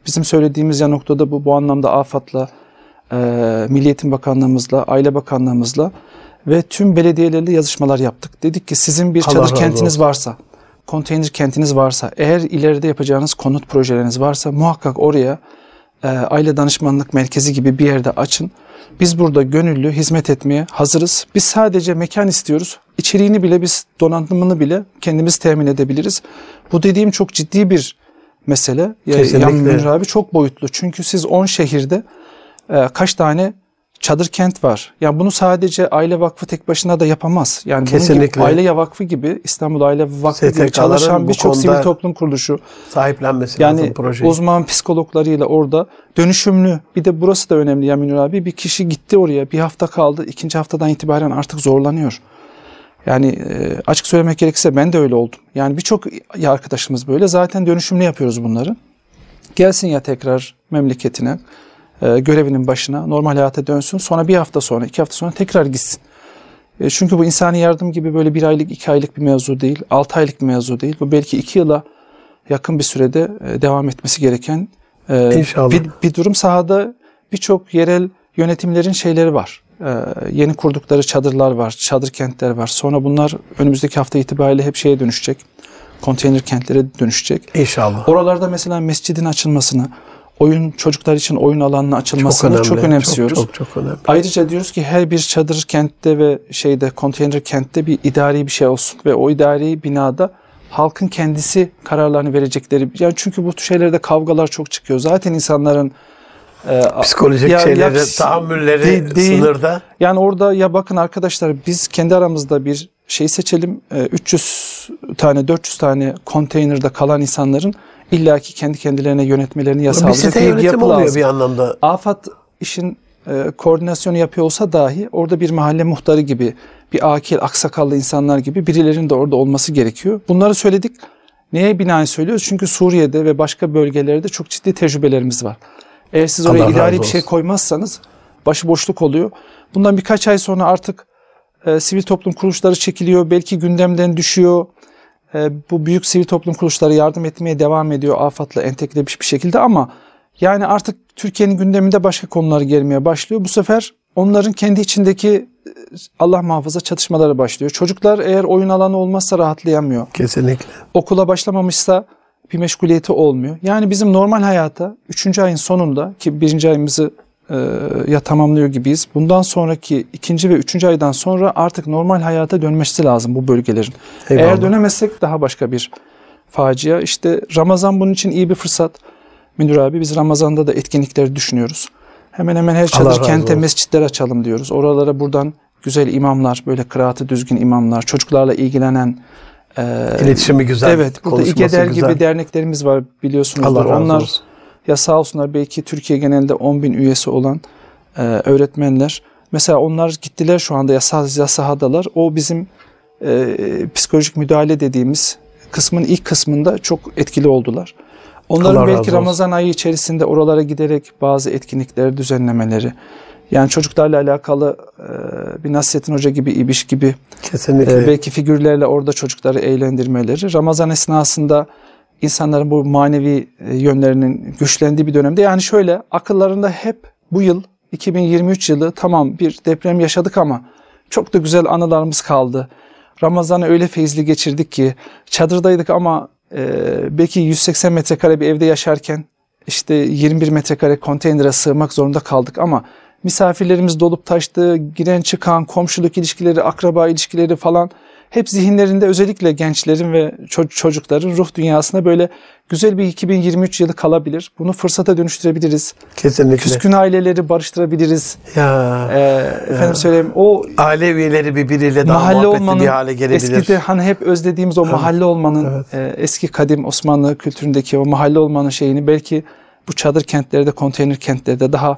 Bizim söylediğimiz ya noktada bu. Bu anlamda AFAD'la, e, Milli Eğitim Bakanlığımızla, Aile Bakanlığımızla ve tüm belediyelerle yazışmalar yaptık. Dedik ki sizin bir Allah çadır razı kentiniz olsun. varsa, konteyner kentiniz varsa, eğer ileride yapacağınız konut projeleriniz varsa muhakkak oraya e, aile danışmanlık merkezi gibi bir yerde açın. Biz burada gönüllü hizmet etmeye hazırız. Biz sadece mekan istiyoruz. İçeriğini bile biz donanımını bile kendimiz temin edebiliriz. Bu dediğim çok ciddi bir mesele. Kesinlikle. Yani Münir abi çok boyutlu. Çünkü siz on şehirde e, kaç tane çadır kent var. Yani bunu sadece Aile Vakfı tek başına da yapamaz. Yani bunun Kesinlikle. gibi Aile Vakfı gibi, İstanbul Aile Vakfı gibi S T K'ların çalışan bu birçok konuda sivil toplum kuruluşu, sahiplenmesi lazım yani projeyi. uzman psikologlarıyla orada dönüşümlü, bir de burası da önemli ya Münir abi, bir kişi gitti oraya, bir hafta kaldı, ikinci haftadan itibaren artık zorlanıyor. Yani e, açık söylemek gerekirse ben de öyle oldum. Yani birçok arkadaşımız böyle, zaten dönüşümlü yapıyoruz bunları. Gelsin ya tekrar memleketine, e, görevinin başına, normal hayata dönsün, sonra bir hafta sonra, iki hafta sonra tekrar gitsin. E, çünkü bu insani yardım gibi böyle bir aylık, iki aylık bir mevzu değil, altı aylık bir mevzu değil. Bu belki iki yıla yakın bir sürede e, devam etmesi gereken e, İnşallah. bir, bir durum. Sahada birçok yerel yönetimlerin şeyleri var. E, yeni kurdukları çadırlar var, çadır kentler var. Sonra bunlar önümüzdeki hafta itibariyle hep şeye dönüşecek, konteyner kentlere dönüşecek. İnşallah. Oralarda mesela mescidin açılmasını, oyun çocuklar için oyun alanının açılmasını çok, çok önemsiyoruz. Çok, çok, çok önemli. Ayrıca diyoruz ki her bir çadır kentte ve şeyde konteyner kentte bir idari bir şey olsun ve o idari binada halkın kendisi kararlarını verecekleri. Yani çünkü bu şeylerde kavgalar çok çıkıyor. Zaten insanların e, Psikolojik ya, şeyleri, ya, tahammülleri değil, değil. sınırda. Yani orada ya bakın arkadaşlar, biz kendi aramızda bir şey seçelim. üç yüz tane, dört yüz tane konteynerde kalan insanların illaki kendi kendilerine yönetmelerini Bir sağlayacak site bir yönetim yapı oluyor lazım. bir anlamda. AFAD işin e, koordinasyonu yapıyor olsa dahi orada bir mahalle muhtarı gibi, bir akil, aksakallı insanlar gibi birilerinin de orada olması gerekiyor. Bunları söyledik. Neye binaen söylüyoruz? Çünkü Suriye'de ve başka bölgelerde çok ciddi tecrübelerimiz var. Eğer siz oraya Allah idari razı bir şey olsun. koymazsanız başıboşluk oluyor. Bundan birkaç ay sonra artık e, sivil toplum kuruluşları çekiliyor. Belki gündemden düşüyor. E, bu büyük sivil toplum kuruluşları yardım etmeye devam ediyor AFAD'la entegre bir şekilde, ama yani artık Türkiye'nin gündeminde başka konular gelmeye başlıyor. Bu sefer onların kendi içindeki Allah muhafaza çatışmaları başlıyor. Çocuklar eğer oyun alanı olmazsa rahatlayamıyor. Kesinlikle. Okula başlamamışsa bir meşguliyeti olmuyor. Yani bizim normal hayata üçüncü ayın sonunda, ki birinci ayımızı e, ya tamamlıyor gibiyiz, bundan sonraki ikinci ve üçüncü aydan sonra artık normal hayata dönmesi lazım bu bölgelerin. Eyvallah. Eğer dönemezsek daha başka bir facia. İşte Ramazan bunun için iyi bir fırsat. Münir abi, biz Ramazan'da da etkinlikleri düşünüyoruz. Hemen hemen her Allah çadır razı kente olsun. mescitler açalım diyoruz. Oralara buradan güzel imamlar, böyle kıraatı düzgün imamlar, çocuklarla ilgilenen e, İletişimi güzel. evet, burada konuşması İGEDER güzel. gibi derneklerimiz var biliyorsunuzdur. Allah razı Onlar olsun. ya sağ olsunlar, belki Türkiye genelinde on bin üyesi olan e, öğretmenler. Mesela onlar gittiler, şu anda yasa, ya sahadalar. O bizim e, psikolojik müdahale dediğimiz kısmın ilk kısmında çok etkili oldular. Onların Allah razı belki olsun. Ramazan ayı içerisinde oralara giderek bazı etkinlikleri düzenlemeleri, yani çocuklarla alakalı e, bir Nasrettin Hoca gibi, İbiş gibi Kesinlikle. e, belki figürlerle orada çocukları eğlendirmeleri, Ramazan esnasında insanların bu manevi e, yönlerinin güçlendiği bir dönemde, yani şöyle akıllarında hep bu yıl iki bin yirmi üç yılı, tamam bir deprem yaşadık ama çok da güzel anılarımız kaldı. Ramazan'ı öyle feyizli geçirdik ki, çadırdaydık ama e, belki yüz seksen metrekare bir evde yaşarken işte yirmi bir metrekare konteynere sığmak zorunda kaldık ama misafirlerimiz dolup taştı, giren çıkan, komşuluk ilişkileri, akraba ilişkileri falan hep zihinlerinde, özellikle gençlerin ve çocukların ruh dünyasında böyle güzel bir iki bin yirmi üç yılı kalabilir. Bunu fırsata dönüştürebiliriz. Kesinlikle. Küskün aileleri barıştırabiliriz. Ya. Ee, efendim söyleyeyim, o Aile üyeleri birbiriyle daha mahalle muhabbetli olmanın, bir hale gelebilir. eskide hani hep özlediğimiz o mahalle olmanın, Evet. e, eski kadim Osmanlı kültüründeki o mahalle olmanın şeyini belki bu çadır kentlerde, konteyner kentlerde daha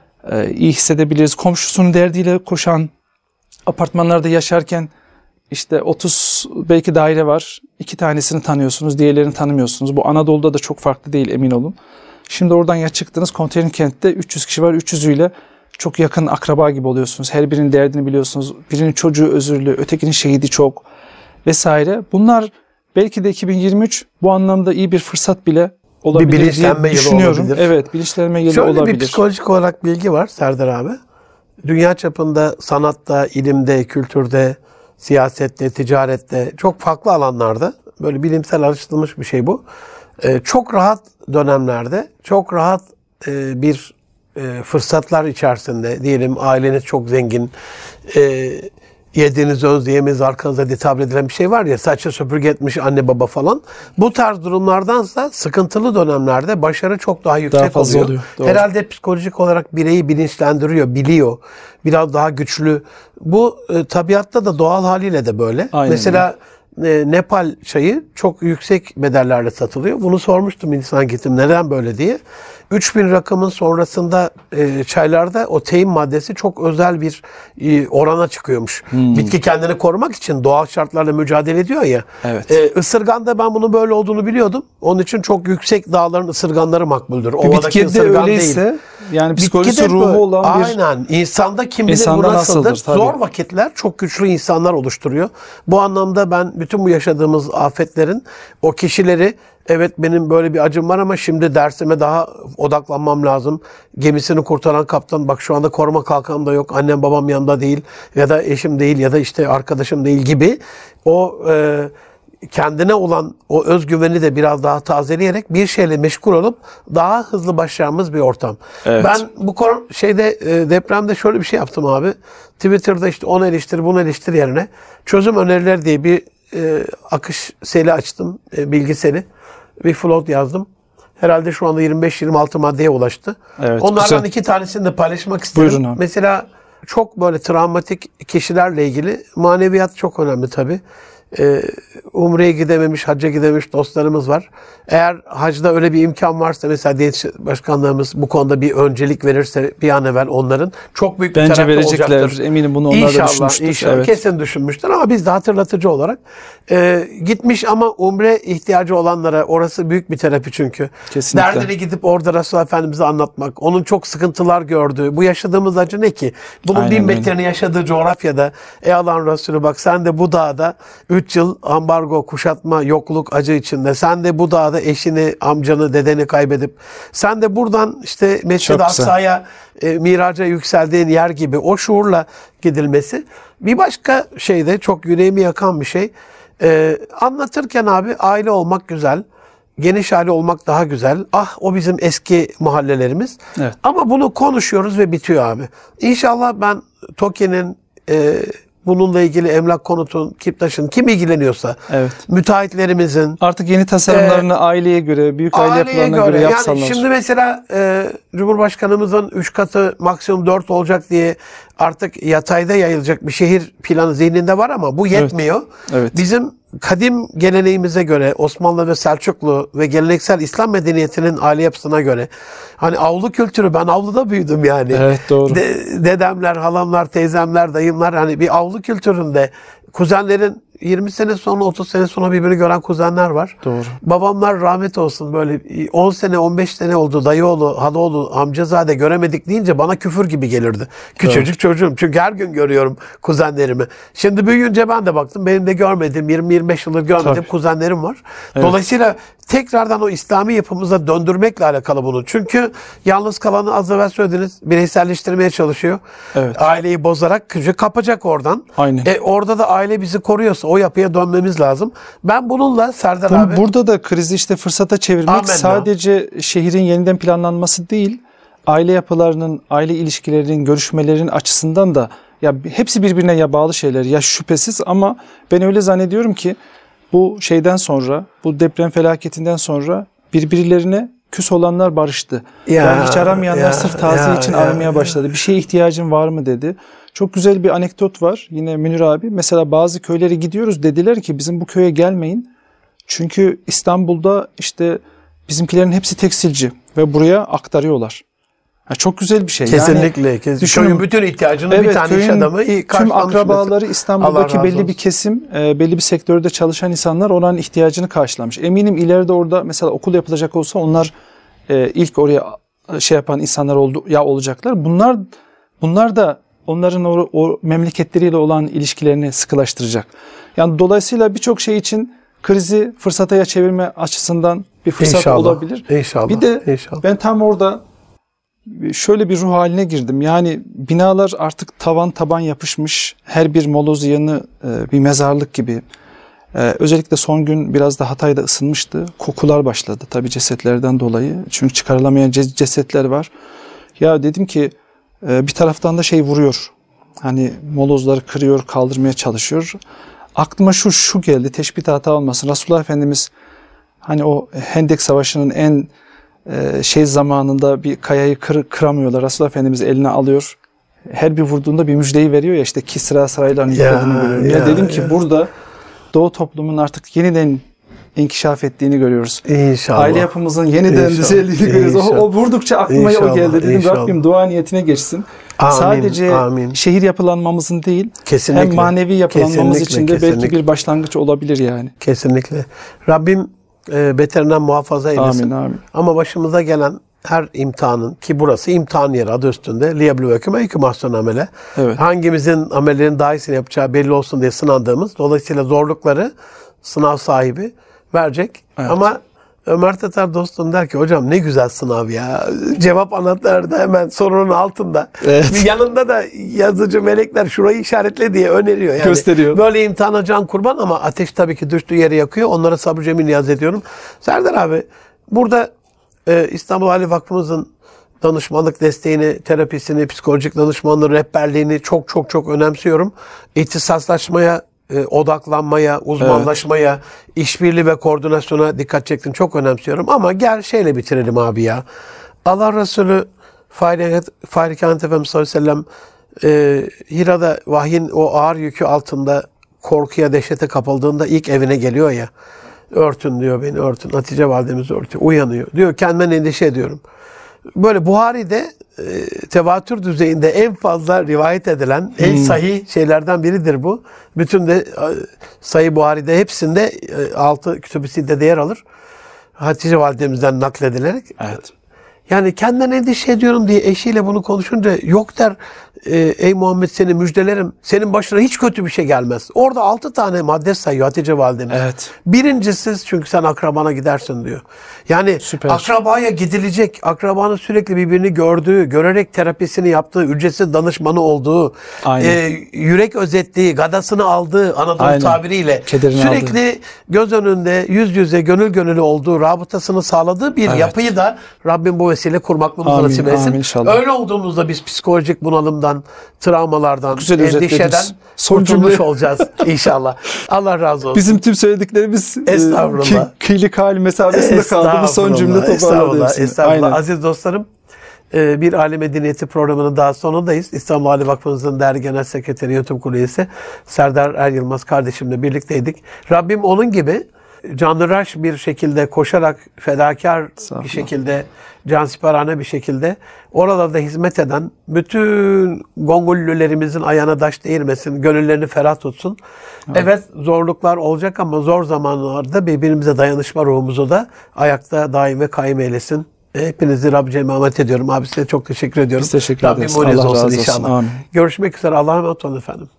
e, iyi hissedebiliriz. Komşusunun derdiyle koşan, apartmanlarda yaşarken işte otuz belki daire var. İki tanesini tanıyorsunuz, diğerlerini tanımıyorsunuz. Bu Anadolu'da da çok farklı değil, emin olun. Şimdi oradan ya çıktınız, konteyner kentte üç yüz kişi var. üç yüzüyle çok yakın akraba gibi oluyorsunuz. Her birinin derdini biliyorsunuz. Birinin çocuğu özürlü, ötekinin şehidi çok vesaire. Bunlar belki de iki bin yirmi üç bu anlamda iyi bir fırsat bile olabilir diye bilinçlenme yılı düşünüyorum. olabilir. Evet, bilinçlenme yılı Şöyle olabilir. bir psikolojik olarak bilgi var Serdar abi. Dünya çapında sanatta, ilimde, kültürde, siyasette, ticarette, çok farklı alanlarda böyle bilimsel araştırılmış bir şey bu. Ee, çok rahat dönemlerde, çok rahat e, bir e, fırsatlar içerisinde, diyelim aileniz çok zengin, e, yediğiniz öz yiyemiz arkanızda hitap edilen bir şey var ya, saçı süpürge etmiş anne baba falan. Bu tarz durumlardansa sıkıntılı dönemlerde başarı çok daha yüksek Daha fazla oluyor. oluyor, doğru. Herhalde psikolojik olarak bireyi bilinçlendiriyor, biliyor. Biraz daha güçlü. Bu e, tabiatta da doğal haliyle de böyle. Aynen Mesela e, Nepal çayı çok yüksek bedellerle satılıyor. Bunu sormuştum insan gittim neden böyle diye. üç bin rakımın sonrasında e, çaylarda o tein maddesi çok özel bir e, orana çıkıyormuş. Hmm. Bitki kendini korumak için doğal şartlarla mücadele ediyor ya. Evet. E, ısırganda ben bunun böyle olduğunu biliyordum. Onun için çok yüksek dağların ısırganları makbuldür. Bir Ovadaki bitkide ısırgan öyleyse değil. yani psikolojisi Bitkide ruhu bu- olan bir Aynen. İnsanda kim bilir bu İnsanda nasıldır. nasıldır, tabii. Zor vakitler çok güçlü insanlar oluşturuyor. Bu anlamda ben bütün bu yaşadığımız afetlerin o kişileri, evet benim böyle bir acım var ama şimdi dersime daha odaklanmam lazım. Gemisini kurtaran kaptan, bak şu anda koruma kalkanım da yok, annem babam yanımda değil ya da eşim değil ya da işte arkadaşım değil gibi o e, kendine olan o özgüveni de biraz daha tazeleyerek bir şeyle meşgul olup daha hızlı başlayacağımız bir ortam. Evet. Ben bu konu şeyde e, depremde şöyle bir şey yaptım abi. Twitter'da işte onu eleştir, bunu eleştir yerine çözüm önerileri diye bir e, akış seli açtım, e, bilgi seli. Bir float yazdım. Herhalde şu anda yirmi beş yirmi altı maddeye ulaştı. Evet, Onlardan güzel. iki tanesini de paylaşmak isterim. Buyurun abi. Mesela çok böyle travmatik kişilerle ilgili maneviyat çok önemli tabii. Ee, Umre'ye gidememiş, hacca gidememiş dostlarımız var. Eğer hacda öyle bir imkan varsa, mesela Diyanet İşleri Başkanlığımız bu konuda bir öncelik verirse bir an evvel onların çok büyük bir Bence terapi verecekler. olacaktır. Eminim bunu onlar da İnşallah, düşünmüştür. İnşallah, Evet. kesin düşünmüştür ama biz de hatırlatıcı olarak e, gitmiş ama umre ihtiyacı olanlara orası büyük bir terapi çünkü. Kesinlikle. Derdini gidip orada Resulullah Efendimiz'e anlatmak, onun çok sıkıntılar gördüğü, bu yaşadığımız acı ne ki? Bunun Aynen bin öyle. metrenin yaşadığı coğrafyada, ey Allah'ın Resulü bak sen de bu dağda üç yıl ambargo, kuşatma, yokluk, acı içinde, sen de bu dağda eşini, amcanı, dedeni kaybedip, sen de buradan işte Mescid-i Çok güzel. Aksa'ya, e, miraca yükseldiğin yer gibi o şuurla gidilmesi. Bir başka şey de çok yüreğimi yakan bir şey. E, anlatırken abi aile olmak güzel. Geniş aile olmak daha güzel. Ah o bizim eski mahallelerimiz. Evet. Ama bunu konuşuyoruz ve bitiyor abi. İnşallah ben TOKİ'nin e, bununla ilgili emlak konutun, Kiptaş'ın kim ilgileniyorsa, Evet. müteahhitlerimizin, Artık yeni tasarımlarını aileye göre, büyük aile aileye yapılarına göre, göre. yapsalar. Yani şimdi mesela e, Cumhurbaşkanımızın üç katı maksimum dört olacak diye artık yatayda yayılacak bir şehir planı zihninde var ama bu yetmiyor. Evet. Bizim kadim geleneğimize göre, Osmanlı ve Selçuklu ve geleneksel İslam medeniyetinin aile yapısına göre, hani avlu kültürü, ben avluda büyüdüm yani. Evet, doğru. De- dedemler, halamlar, teyzemler, dayımlar, hani bir avlu kültüründe kuzenlerin yirmi sene sonra, otuz sene sonra birbirini gören kuzenler var. Doğru. Babamlar rahmet olsun böyle on sene, on beş sene oldu dayıoğlu, halaoğlu, amcazade göremedik deyince bana küfür gibi gelirdi. Küçücük çocuğum çünkü her gün görüyorum kuzenlerimi. Şimdi büyüyünce ben de baktım, benim de görmediğim, yirmi yirmi beş yıldır görmediğim Tabii. kuzenlerim var. Evet. Dolayısıyla tekrardan o İslami yapımıza döndürmekle alakalı bunu. Çünkü yalnız kalanı az evvel söylediniz, bireyselleştirmeye çalışıyor. Evet. Aileyi bozarak küçük kapacak oradan. Aynen. E, orada da aile bizi koruyorsa o yapıya dönmemiz lazım. Ben bununla Serdar Bu- abi... Burada da krizi işte fırsata çevirmek Amenna. sadece şehrin yeniden planlanması değil, aile yapılarının, aile ilişkilerinin, görüşmelerin açısından da ya hepsi birbirine ya bağlı şeyler ya şüphesiz, ama ben öyle zannediyorum ki bu şeyden sonra, bu deprem felaketinden sonra birbirlerine küs olanlar barıştı. Ya, yani hiç aramayanlar ya, sırf taziye ya, için ya, aramaya ya. başladı. Bir şeye ihtiyacın var mı dedi. Çok güzel bir anekdot var yine Münir abi. Mesela bazı köylere gidiyoruz, dediler ki bizim bu köye gelmeyin. Çünkü İstanbul'da işte bizimkilerin hepsi tekstilci ve buraya aktarıyorlar. Ya çok güzel bir şey. Kesinlikle. Yani, kesinlikle. düşünün, Köyün bütün ihtiyacını bir evet, tane iş köyün adamı iyi tüm karşılamış akrabaları mesela. Allah İstanbul'daki razı belli olsun. bir kesim, e, belli bir sektörde çalışan insanlar oranın ihtiyacını karşılamış. Eminim ileride orada mesela okul yapılacak olsa onlar e, ilk oraya şey yapan insanlar oldu ya olacaklar. Bunlar bunlar da onların o, o memleketleriyle olan ilişkilerini sıkılaştıracak. Yani dolayısıyla birçok şey için krizi fırsata çevirme açısından bir fırsat İnşallah, olabilir. İnşallah. Bir de İnşallah. ben tam orada şöyle bir ruh haline girdim. Yani binalar artık tavan taban yapışmış. Her bir moloz yanı e, bir mezarlık gibi. E, özellikle son gün biraz da Hatay'da ısınmıştı. Kokular başladı tabii cesetlerden dolayı. Çünkü çıkarılamayan cesetler var. Ya dedim ki e, bir taraftan da şey vuruyor. Hani molozları kırıyor, kaldırmaya çalışıyor. Aklıma şu şu geldi. Teşbih hata olmasın. Resulullah Efendimiz hani o Hendek Savaşı'nın en e, şey zamanında bir kayayı kır, kıramıyorlar. Resulullah Efendimiz eline alıyor. Her bir vurduğunda bir müjdeyi veriyor ya, işte Kisra saraylarının yıkıldığını görüyorum. Ya, ya dedim ki ya. Burada Doğu toplumunun artık yeniden inkişaf ettiğini görüyoruz. İnşallah. Aile yapımızın yeniden İnşallah. düzeldiğini görüyoruz. O, o vurdukça aklıma İnşallah. o geldi. Dedim İnşallah. Rabbim dua niyetine geçsin. Amin. Sadece Amin. şehir yapılanmamızın değil, Kesinlikle. hem manevi yapılanmamız Kesinlikle. için de Kesinlikle. belki bir başlangıç olabilir yani. Kesinlikle. Rabbim e, beterinden muhafaza eylesin. Amin, amin. Ama başımıza gelen her imtihanın, ki burası imtihan yeri adı üstünde, liyebluvekum eyküm ahsen amele. Evet. Hangimizin amellerin daha iyisini yapacağı belli olsun diye sınandığımız, dolayısıyla zorlukları sınav sahibi verecek. Evet. Ama Ömer Tatar dostum der ki hocam ne güzel sınav ya. Cevap anahtarı hemen sorunun altında. Evet. Bir yanında da yazıcı melekler şurayı işaretle diye öneriyor. Yani gösteriyor. Böyle imtihana can kurban ama ateş tabii ki düştüğü yeri yakıyor. Onlara sabır cemil niyaz ediyorum. Serdar abi burada e, İstanbul Ali Vakfımızın danışmanlık desteğini, terapisini, psikolojik danışmanlığı, rehberliğini çok çok çok önemsiyorum. İhtisaslaşmaya, e, odaklanmaya, uzmanlaşmaya, evet. işbirliği ve koordinasyona dikkat çektin. Çok önemsiyorum. Ama gel şeyle bitirelim abi ya. Allah Resulü Fahri Kainat Efendimiz sallallahu aleyhi ve sellem e, Hira'da vahyin o ağır yükü altında korkuya, dehşete kapıldığında ilk evine geliyor ya. Örtün diyor beni, örtün. Hatice validemiz örtüyor. Uyanıyor. Diyor kendimden endişe ediyorum. Böyle Buhari'de e, tevatür düzeyinde en fazla rivayet edilen, en hmm. sahih şeylerden biridir bu. Bütün de e, Sahih Buhari'de hepsinde e, altı kütüb-i de yer alır. Hatice validemizden nakledilerek. Evet. Yani kendimden endişe ediyorum diye eşiyle bunu konuşunca yok der, e, ey Muhammed seni müjdelerim. Senin başına hiç kötü bir şey gelmez. Orada altı tane madde sayıyor Hatice validemiz. Evet. Birincisi çünkü sen akrabana gidersin diyor. Yani Süper. Akrabaya gidilecek. Akrabanın sürekli birbirini gördüğü, görerek terapisini yaptığı, ücretsiz danışmanı olduğu, e, yürek özettiği, gadasını aldığı Anadolu Aynen. tabiriyle Kederini sürekli aldı. Göz önünde, yüz yüze, gönül gönülü olduğu, rabıtasını sağladığı bir evet. yapıyı da Rabbim bu vesile kurmaklığımızı nasip etsin. Öyle olduğumuzda biz psikolojik bunalımdan, travmalardan, Güzel endişeden kurtulmuş olacağız inşallah. Allah razı olsun. Bizim tüm söylediklerimiz Estağfurullah. E, kıyılık hali mesabesinde kaldı. Bu son cümle toparladı. Estağfurullah. Estağfurullah. Aziz dostlarım, bir Aile Medeniyeti programının daha sonundayız. İstanbul Ali Vakfımızın değerli genel sekreteri, yönetim kurulu üyesi Serdar Er Yılmaz kardeşimle birlikteydik. Rabbim onun gibi canhıraş bir şekilde koşarak, fedakar bir şekilde, cansiparane bir şekilde oralarda hizmet eden bütün Gongullülerimizin ayağına taş değirmesin, gönüllerini ferah tutsun. Evet. evet zorluklar olacak ama zor zamanlarda birbirimize dayanışma ruhumuzu da ayakta daim ve kaim eylesin. Hepinizi Rabbime emanet ediyorum. Abi size çok teşekkür ediyorum. Biz teşekkür ederiz. Rabbim Allah razı olsun inşallah. Amin. Görüşmek üzere. Allah'a emanet olun efendim.